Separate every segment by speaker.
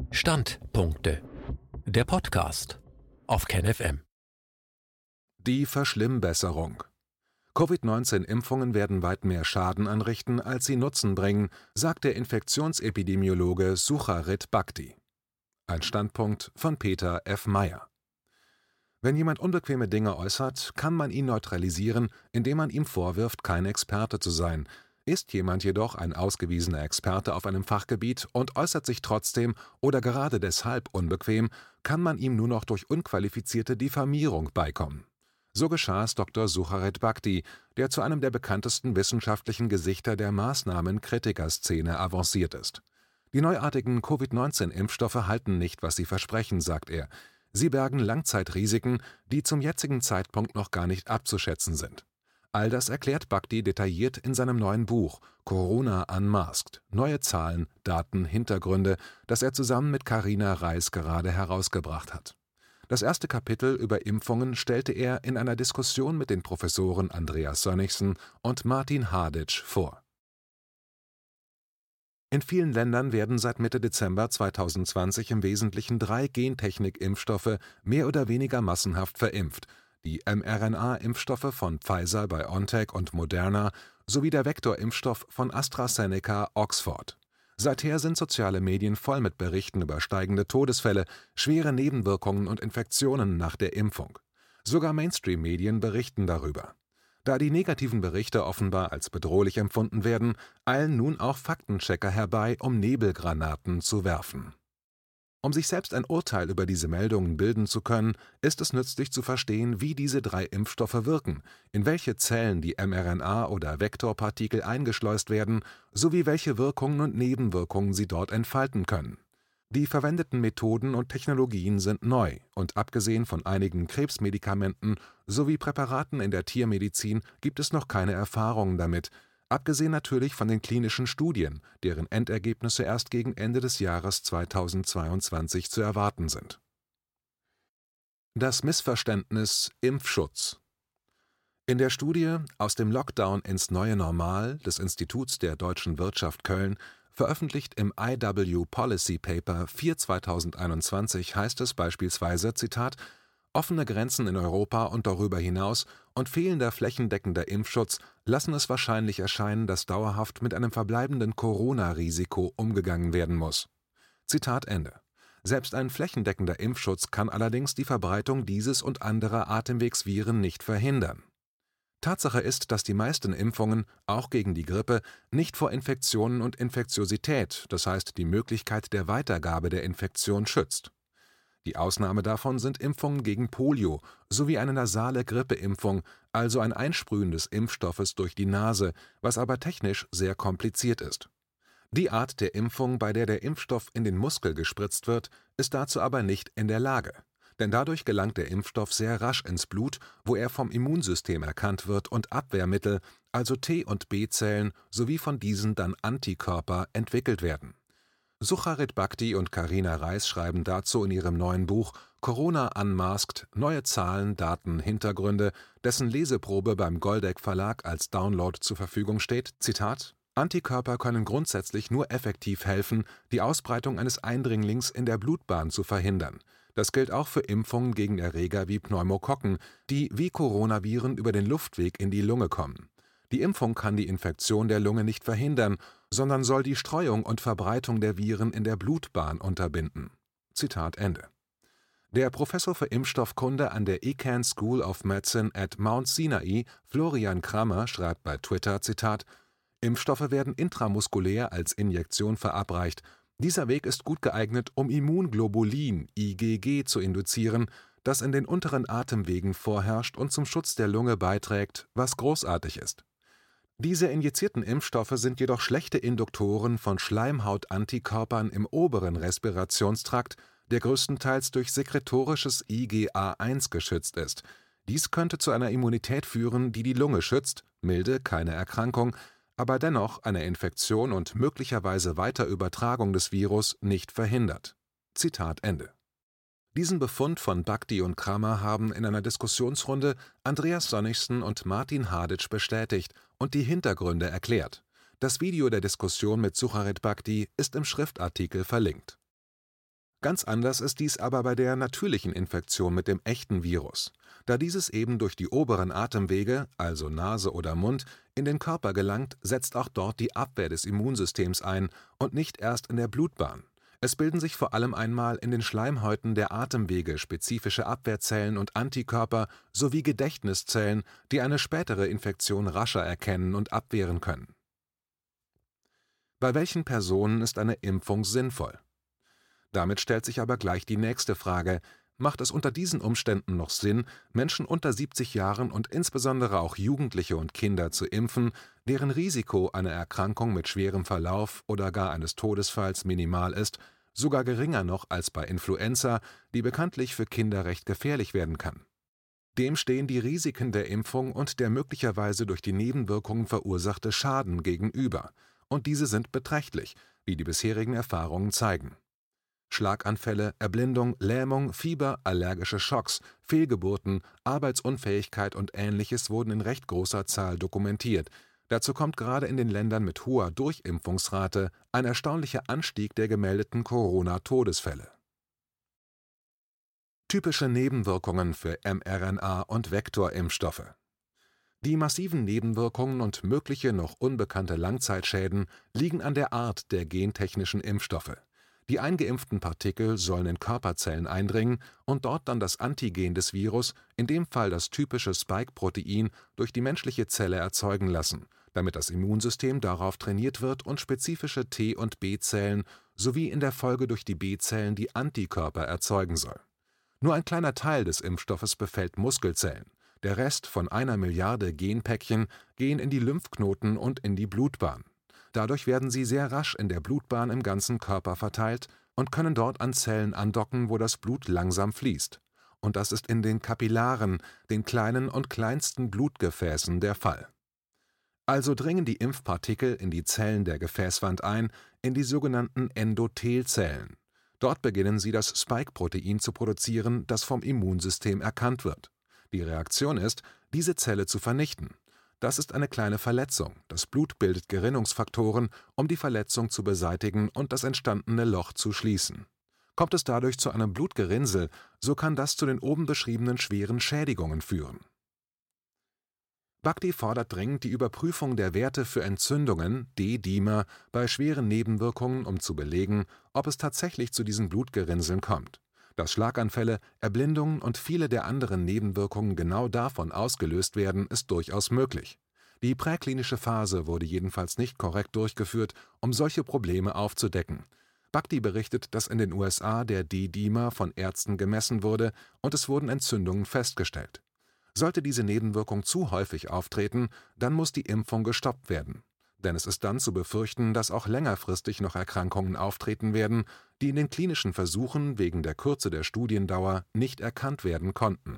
Speaker 1: Standpunkte. Der Podcast auf KenFM.
Speaker 2: Die Verschlimmbesserung. Covid-19-Impfungen werden weit mehr Schaden anrichten, als sie Nutzen bringen, sagt der Infektionsepidemiologe Sucharit Bhakdi. Ein Standpunkt von Peter F. Meyer. Wenn jemand unbequeme Dinge äußert, kann man ihn neutralisieren, indem man ihm vorwirft, kein Experte zu sein. Ist jemand jedoch ein ausgewiesener Experte auf einem Fachgebiet und äußert sich trotzdem oder gerade deshalb unbequem, kann man ihm nur noch durch unqualifizierte Diffamierung beikommen. So geschah es Dr. Sucharit Bhakdi, der zu einem der bekanntesten wissenschaftlichen Gesichter der Maßnahmen-Kritikerszene avanciert ist. Die neuartigen Covid-19-Impfstoffe halten nicht, was sie versprechen, sagt er. Sie bergen Langzeitrisiken, die zum jetzigen Zeitpunkt noch gar nicht abzuschätzen sind. All das erklärt Bhakdi detailliert in seinem neuen Buch Corona Unmasked – Neue Zahlen, Daten, Hintergründe, das er zusammen mit Carina Reis gerade herausgebracht hat. Das erste Kapitel über Impfungen stellte er in einer Diskussion mit den Professoren Andreas Sönnigsen und Martin Harditsch vor. In vielen Ländern werden seit Mitte Dezember 2020 im Wesentlichen 3 Gentechnik-Impfstoffe mehr oder weniger massenhaft verimpft: die mRNA-Impfstoffe von Pfizer-BioNTech und Moderna sowie der Vektorimpfstoff von AstraZeneca-Oxford. Seither sind soziale Medien voll mit Berichten über steigende Todesfälle, schwere Nebenwirkungen und Infektionen nach der Impfung. Sogar Mainstream-Medien berichten darüber. Da die negativen Berichte offenbar als bedrohlich empfunden werden, eilen nun auch Faktenchecker herbei, um Nebelgranaten zu werfen. Um sich selbst ein Urteil über diese Meldungen bilden zu können, ist es nützlich zu verstehen, wie diese 3 Impfstoffe wirken, in welche Zellen die mRNA- oder Vektorpartikel eingeschleust werden, sowie welche Wirkungen und Nebenwirkungen sie dort entfalten können. Die verwendeten Methoden und Technologien sind neu und abgesehen von einigen Krebsmedikamenten sowie Präparaten in der Tiermedizin gibt es noch keine Erfahrungen damit, abgesehen natürlich von den klinischen Studien, deren Endergebnisse erst gegen Ende des Jahres 2022 zu erwarten sind. Das Missverständnis Impfschutz. In der Studie »Aus dem Lockdown ins neue Normal« des Instituts der Deutschen Wirtschaft Köln, veröffentlicht im IW Policy Paper 4/2021, heißt es beispielsweise, Zitat, »Offene Grenzen in Europa und darüber hinaus und fehlender flächendeckender Impfschutz lassen es wahrscheinlich erscheinen, dass dauerhaft mit einem verbleibenden Corona-Risiko umgegangen werden muss.« Zitat Ende. Selbst ein flächendeckender Impfschutz kann allerdings die Verbreitung dieses und anderer Atemwegsviren nicht verhindern. Tatsache ist, dass die meisten Impfungen, auch gegen die Grippe, nicht vor Infektionen und Infektiosität, das heißt die Möglichkeit der Weitergabe der Infektion, schützt. Die Ausnahme davon sind Impfungen gegen Polio sowie eine nasale Grippeimpfung, also ein Einsprühen des Impfstoffes durch die Nase, was aber technisch sehr kompliziert ist. Die Art der Impfung, bei der der Impfstoff in den Muskel gespritzt wird, ist dazu aber nicht in der Lage. Denn dadurch gelangt der Impfstoff sehr rasch ins Blut, wo er vom Immunsystem erkannt wird und Abwehrmittel, also T- und B-Zellen, sowie von diesen dann Antikörper entwickelt werden. Sucharit Bhakdi und Carina Reis schreiben dazu in ihrem neuen Buch Corona Unmasked – Neue Zahlen, Daten, Hintergründe, dessen Leseprobe beim Goldeck Verlag als Download zur Verfügung steht, Zitat, »Antikörper können grundsätzlich nur effektiv helfen, die Ausbreitung eines Eindringlings in der Blutbahn zu verhindern. Das gilt auch für Impfungen gegen Erreger wie Pneumokokken, die wie Coronaviren über den Luftweg in die Lunge kommen. Die Impfung kann die Infektion der Lunge nicht verhindern, sondern soll die Streuung und Verbreitung der Viren in der Blutbahn unterbinden.« Zitat Ende. Der Professor für Impfstoffkunde an der Icahn School of Medicine at Mount Sinai, Florian Krammer, schreibt bei Twitter, Zitat, »Impfstoffe werden intramuskulär als Injektion verabreicht. Dieser Weg ist gut geeignet, um Immunglobulin, IgG, zu induzieren, das in den unteren Atemwegen vorherrscht und zum Schutz der Lunge beiträgt, was großartig ist. Diese injizierten Impfstoffe sind jedoch schlechte Induktoren von Schleimhautantikörpern im oberen Respirationstrakt, der größtenteils durch sekretorisches IgA1 geschützt ist. Dies könnte zu einer Immunität führen, die die Lunge schützt, milde, keine Erkrankung, aber dennoch eine Infektion und möglicherweise Weiterübertragung des Virus nicht verhindert.« Zitat Ende. Diesen Befund von Bhakdi und Krammer haben in einer Diskussionsrunde Andreas Sönnigsen und Martin Harditsch bestätigt und die Hintergründe erklärt. Das Video der Diskussion mit Sucharit Bhakdi ist im Schriftartikel verlinkt. Ganz anders ist dies aber bei der natürlichen Infektion mit dem echten Virus. Da dieses eben durch die oberen Atemwege, also Nase oder Mund, in den Körper gelangt, setzt auch dort die Abwehr des Immunsystems ein und nicht erst in der Blutbahn. Es bilden sich vor allem einmal in den Schleimhäuten der Atemwege spezifische Abwehrzellen und Antikörper sowie Gedächtniszellen, die eine spätere Infektion rascher erkennen und abwehren können. Bei welchen Personen ist eine Impfung sinnvoll? Damit stellt sich aber gleich die nächste Frage: Macht es unter diesen Umständen noch Sinn, Menschen unter 70 Jahren und insbesondere auch Jugendliche und Kinder zu impfen, deren Risiko einer Erkrankung mit schwerem Verlauf oder gar eines Todesfalls minimal ist, sogar geringer noch als bei Influenza, die bekanntlich für Kinder recht gefährlich werden kann? Dem stehen die Risiken der Impfung und der möglicherweise durch die Nebenwirkungen verursachte Schaden gegenüber, und diese sind beträchtlich, wie die bisherigen Erfahrungen zeigen. Schlaganfälle, Erblindung, Lähmung, Fieber, allergische Schocks, Fehlgeburten, Arbeitsunfähigkeit und Ähnliches wurden in recht großer Zahl dokumentiert. Dazu kommt gerade in den Ländern mit hoher Durchimpfungsrate ein erstaunlicher Anstieg der gemeldeten Corona-Todesfälle. Typische Nebenwirkungen für mRNA- und Vektorimpfstoffe. Die massiven Nebenwirkungen und mögliche noch unbekannte Langzeitschäden liegen an der Art der gentechnischen Impfstoffe. Die eingeimpften Partikel sollen in Körperzellen eindringen und dort dann das Antigen des Virus, in dem Fall das typische Spike-Protein, durch die menschliche Zelle erzeugen lassen, damit das Immunsystem darauf trainiert wird und spezifische T- und B-Zellen sowie in der Folge durch die B-Zellen die Antikörper erzeugen soll. Nur ein kleiner Teil des Impfstoffes befällt Muskelzellen. Der Rest von 1 Milliarde Genpäckchen gehen in die Lymphknoten und in die Blutbahn. Dadurch werden sie sehr rasch in der Blutbahn im ganzen Körper verteilt und können dort an Zellen andocken, wo das Blut langsam fließt. Und das ist in den Kapillaren, den kleinen und kleinsten Blutgefäßen, der Fall. Also dringen die Impfpartikel in die Zellen der Gefäßwand ein, in die sogenannten Endothelzellen. Dort beginnen sie das Spike-Protein zu produzieren, das vom Immunsystem erkannt wird. Die Reaktion ist, diese Zelle zu vernichten. Das ist eine kleine Verletzung. Das Blut bildet Gerinnungsfaktoren, um die Verletzung zu beseitigen und das entstandene Loch zu schließen. Kommt es dadurch zu einem Blutgerinnsel, so kann das zu den oben beschriebenen schweren Schädigungen führen. Bhakti fordert dringend die Überprüfung der Werte für Entzündungen, D-Dimer, bei schweren Nebenwirkungen, um zu belegen, ob es tatsächlich zu diesen Blutgerinnseln kommt. Dass Schlaganfälle, Erblindungen und viele der anderen Nebenwirkungen genau davon ausgelöst werden, ist durchaus möglich. Die präklinische Phase wurde jedenfalls nicht korrekt durchgeführt, um solche Probleme aufzudecken. Bhakti berichtet, dass in den USA der D-Dimer von Ärzten gemessen wurde und es wurden Entzündungen festgestellt. Sollte diese Nebenwirkung zu häufig auftreten, dann muss die Impfung gestoppt werden. Denn es ist dann zu befürchten, dass auch längerfristig noch Erkrankungen auftreten werden, die in den klinischen Versuchen wegen der Kürze der Studiendauer nicht erkannt werden konnten.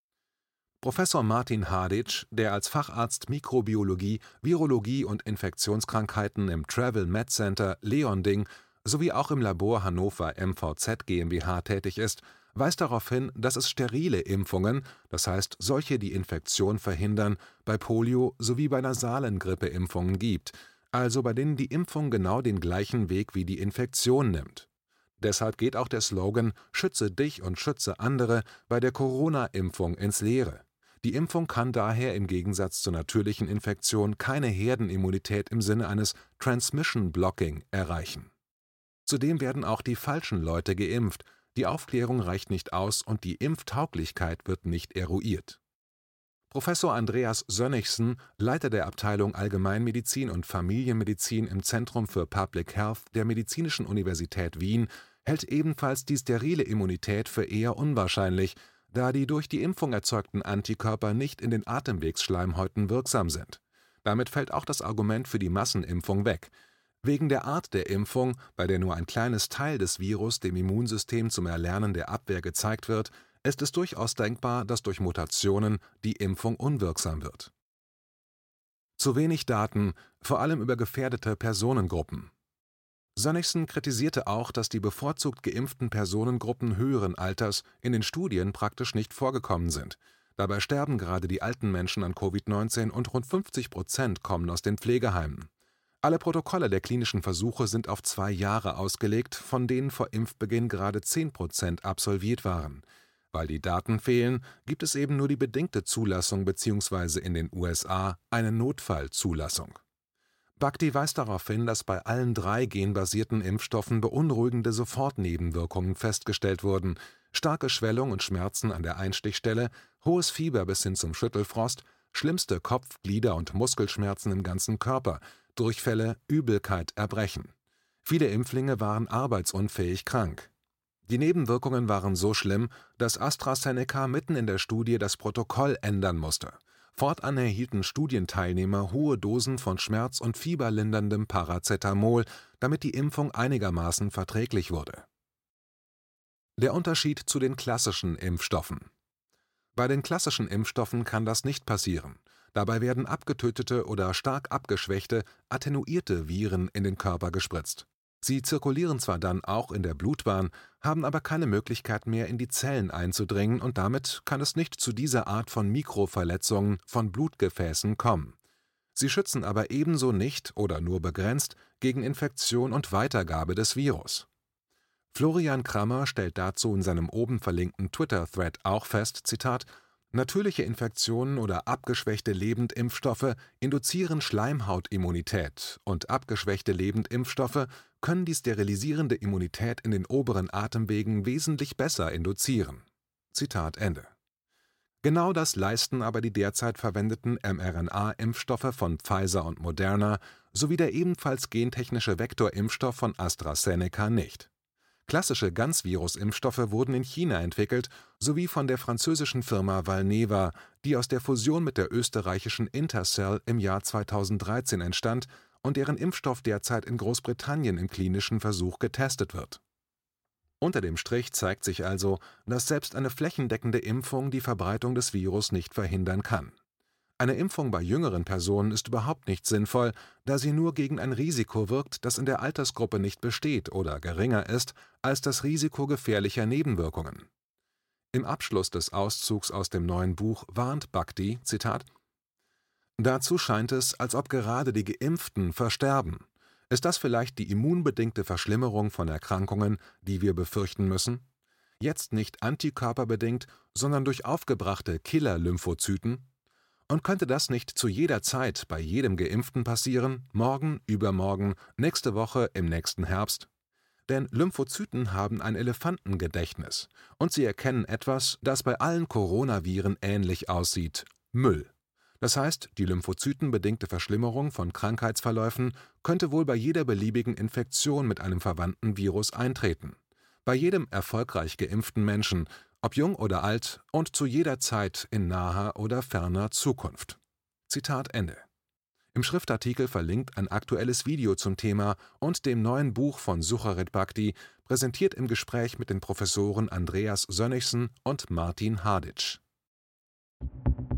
Speaker 2: Professor Martin Hadic, der als Facharzt Mikrobiologie, Virologie und Infektionskrankheiten im Travel Med Center Leonding sowie auch im Labor Hannover MVZ GmbH tätig ist, weist darauf hin, dass es sterile Impfungen, das heißt solche, die Infektion verhindern, bei Polio sowie bei nasalen Grippeimpfungen gibt, also bei denen die Impfung genau den gleichen Weg wie die Infektion nimmt. Deshalb geht auch der Slogan »Schütze dich und schütze andere« bei der Corona-Impfung ins Leere. Die Impfung kann daher im Gegensatz zur natürlichen Infektion keine Herdenimmunität im Sinne eines Transmission Blocking erreichen. Zudem werden auch die falschen Leute geimpft. Die Aufklärung reicht nicht aus und die Impftauglichkeit wird nicht eruiert. Professor Andreas Sönnigsen, Leiter der Abteilung Allgemeinmedizin und Familienmedizin im Zentrum für Public Health der Medizinischen Universität Wien, hält ebenfalls die sterile Immunität für eher unwahrscheinlich, da die durch die Impfung erzeugten Antikörper nicht in den Atemwegsschleimhäuten wirksam sind. Damit fällt auch das Argument für die Massenimpfung weg. Wegen der Art der Impfung, bei der nur ein kleines Teil des Virus dem Immunsystem zum Erlernen der Abwehr gezeigt wird, ist es durchaus denkbar, dass durch Mutationen die Impfung unwirksam wird. Zu wenig Daten, vor allem über gefährdete Personengruppen. Sönnigsen kritisierte auch, dass die bevorzugt geimpften Personengruppen höheren Alters in den Studien praktisch nicht vorgekommen sind. Dabei sterben gerade die alten Menschen an Covid-19 und rund 50% kommen aus den Pflegeheimen. Alle Protokolle der klinischen Versuche sind auf 2 Jahre ausgelegt, von denen vor Impfbeginn gerade 10% absolviert waren. Weil die Daten fehlen, gibt es eben nur die bedingte Zulassung bzw. in den USA eine Notfallzulassung. Bhakdi weist darauf hin, dass bei allen 3 genbasierten Impfstoffen beunruhigende Sofortnebenwirkungen festgestellt wurden: starke Schwellung und Schmerzen an der Einstichstelle, hohes Fieber bis hin zum Schüttelfrost, schlimmste Kopf-, Glieder- und Muskelschmerzen im ganzen Körper, Durchfälle, Übelkeit, Erbrechen. Viele Impflinge waren arbeitsunfähig krank. Die Nebenwirkungen waren so schlimm, dass AstraZeneca mitten in der Studie das Protokoll ändern musste. Fortan erhielten Studienteilnehmer hohe Dosen von schmerz- und fieberlinderndem Paracetamol, damit die Impfung einigermaßen verträglich wurde. Der Unterschied zu den klassischen Impfstoffen: Bei den klassischen Impfstoffen kann das nicht passieren. Dabei werden abgetötete oder stark abgeschwächte, attenuierte Viren in den Körper gespritzt. Sie zirkulieren zwar dann auch in der Blutbahn, haben aber keine Möglichkeit mehr, in die Zellen einzudringen, und damit kann es nicht zu dieser Art von Mikroverletzungen von Blutgefäßen kommen. Sie schützen aber ebenso nicht oder nur begrenzt gegen Infektion und Weitergabe des Virus. Florian Krammer stellt dazu in seinem oben verlinkten Twitter-Thread auch fest, Zitat: Natürliche Infektionen oder abgeschwächte Lebendimpfstoffe induzieren Schleimhautimmunität, und abgeschwächte Lebendimpfstoffe können die sterilisierende Immunität in den oberen Atemwegen wesentlich besser induzieren. Zitat Ende. Genau das leisten aber die derzeit verwendeten mRNA-Impfstoffe von Pfizer und Moderna sowie der ebenfalls gentechnische Vektorimpfstoff von AstraZeneca nicht. Klassische Ganzvirus-Impfstoffe wurden in China entwickelt, sowie von der französischen Firma Valneva, die aus der Fusion mit der österreichischen Intercell im Jahr 2013 entstand und deren Impfstoff derzeit in Großbritannien im klinischen Versuch getestet wird. Unter dem Strich zeigt sich also, dass selbst eine flächendeckende Impfung die Verbreitung des Virus nicht verhindern kann. Eine Impfung bei jüngeren Personen ist überhaupt nicht sinnvoll, da sie nur gegen ein Risiko wirkt, das in der Altersgruppe nicht besteht oder geringer ist als das Risiko gefährlicher Nebenwirkungen. Im Abschluss des Auszugs aus dem neuen Buch warnt Bhakdi, Zitat: Dazu scheint es, als ob gerade die Geimpften versterben. Ist das vielleicht die immunbedingte Verschlimmerung von Erkrankungen, die wir befürchten müssen? Jetzt nicht antikörperbedingt, sondern durch aufgebrachte Killer-Lymphozyten? Und könnte das nicht zu jeder Zeit bei jedem Geimpften passieren, morgen, übermorgen, nächste Woche, im nächsten Herbst? Denn Lymphozyten haben ein Elefantengedächtnis und sie erkennen etwas, das bei allen Coronaviren ähnlich aussieht: Müll. Das heißt, die lymphozytenbedingte Verschlimmerung von Krankheitsverläufen könnte wohl bei jeder beliebigen Infektion mit einem verwandten Virus eintreten. Bei jedem erfolgreich geimpften Menschen, ob jung oder alt, und zu jeder Zeit in naher oder ferner Zukunft. Zitat Ende. Im Schriftartikel verlinkt ein aktuelles Video zum Thema und dem neuen Buch von Sucharit Bhakdi, präsentiert im Gespräch mit den Professoren Andreas Sönnigsen und Martin Harditsch.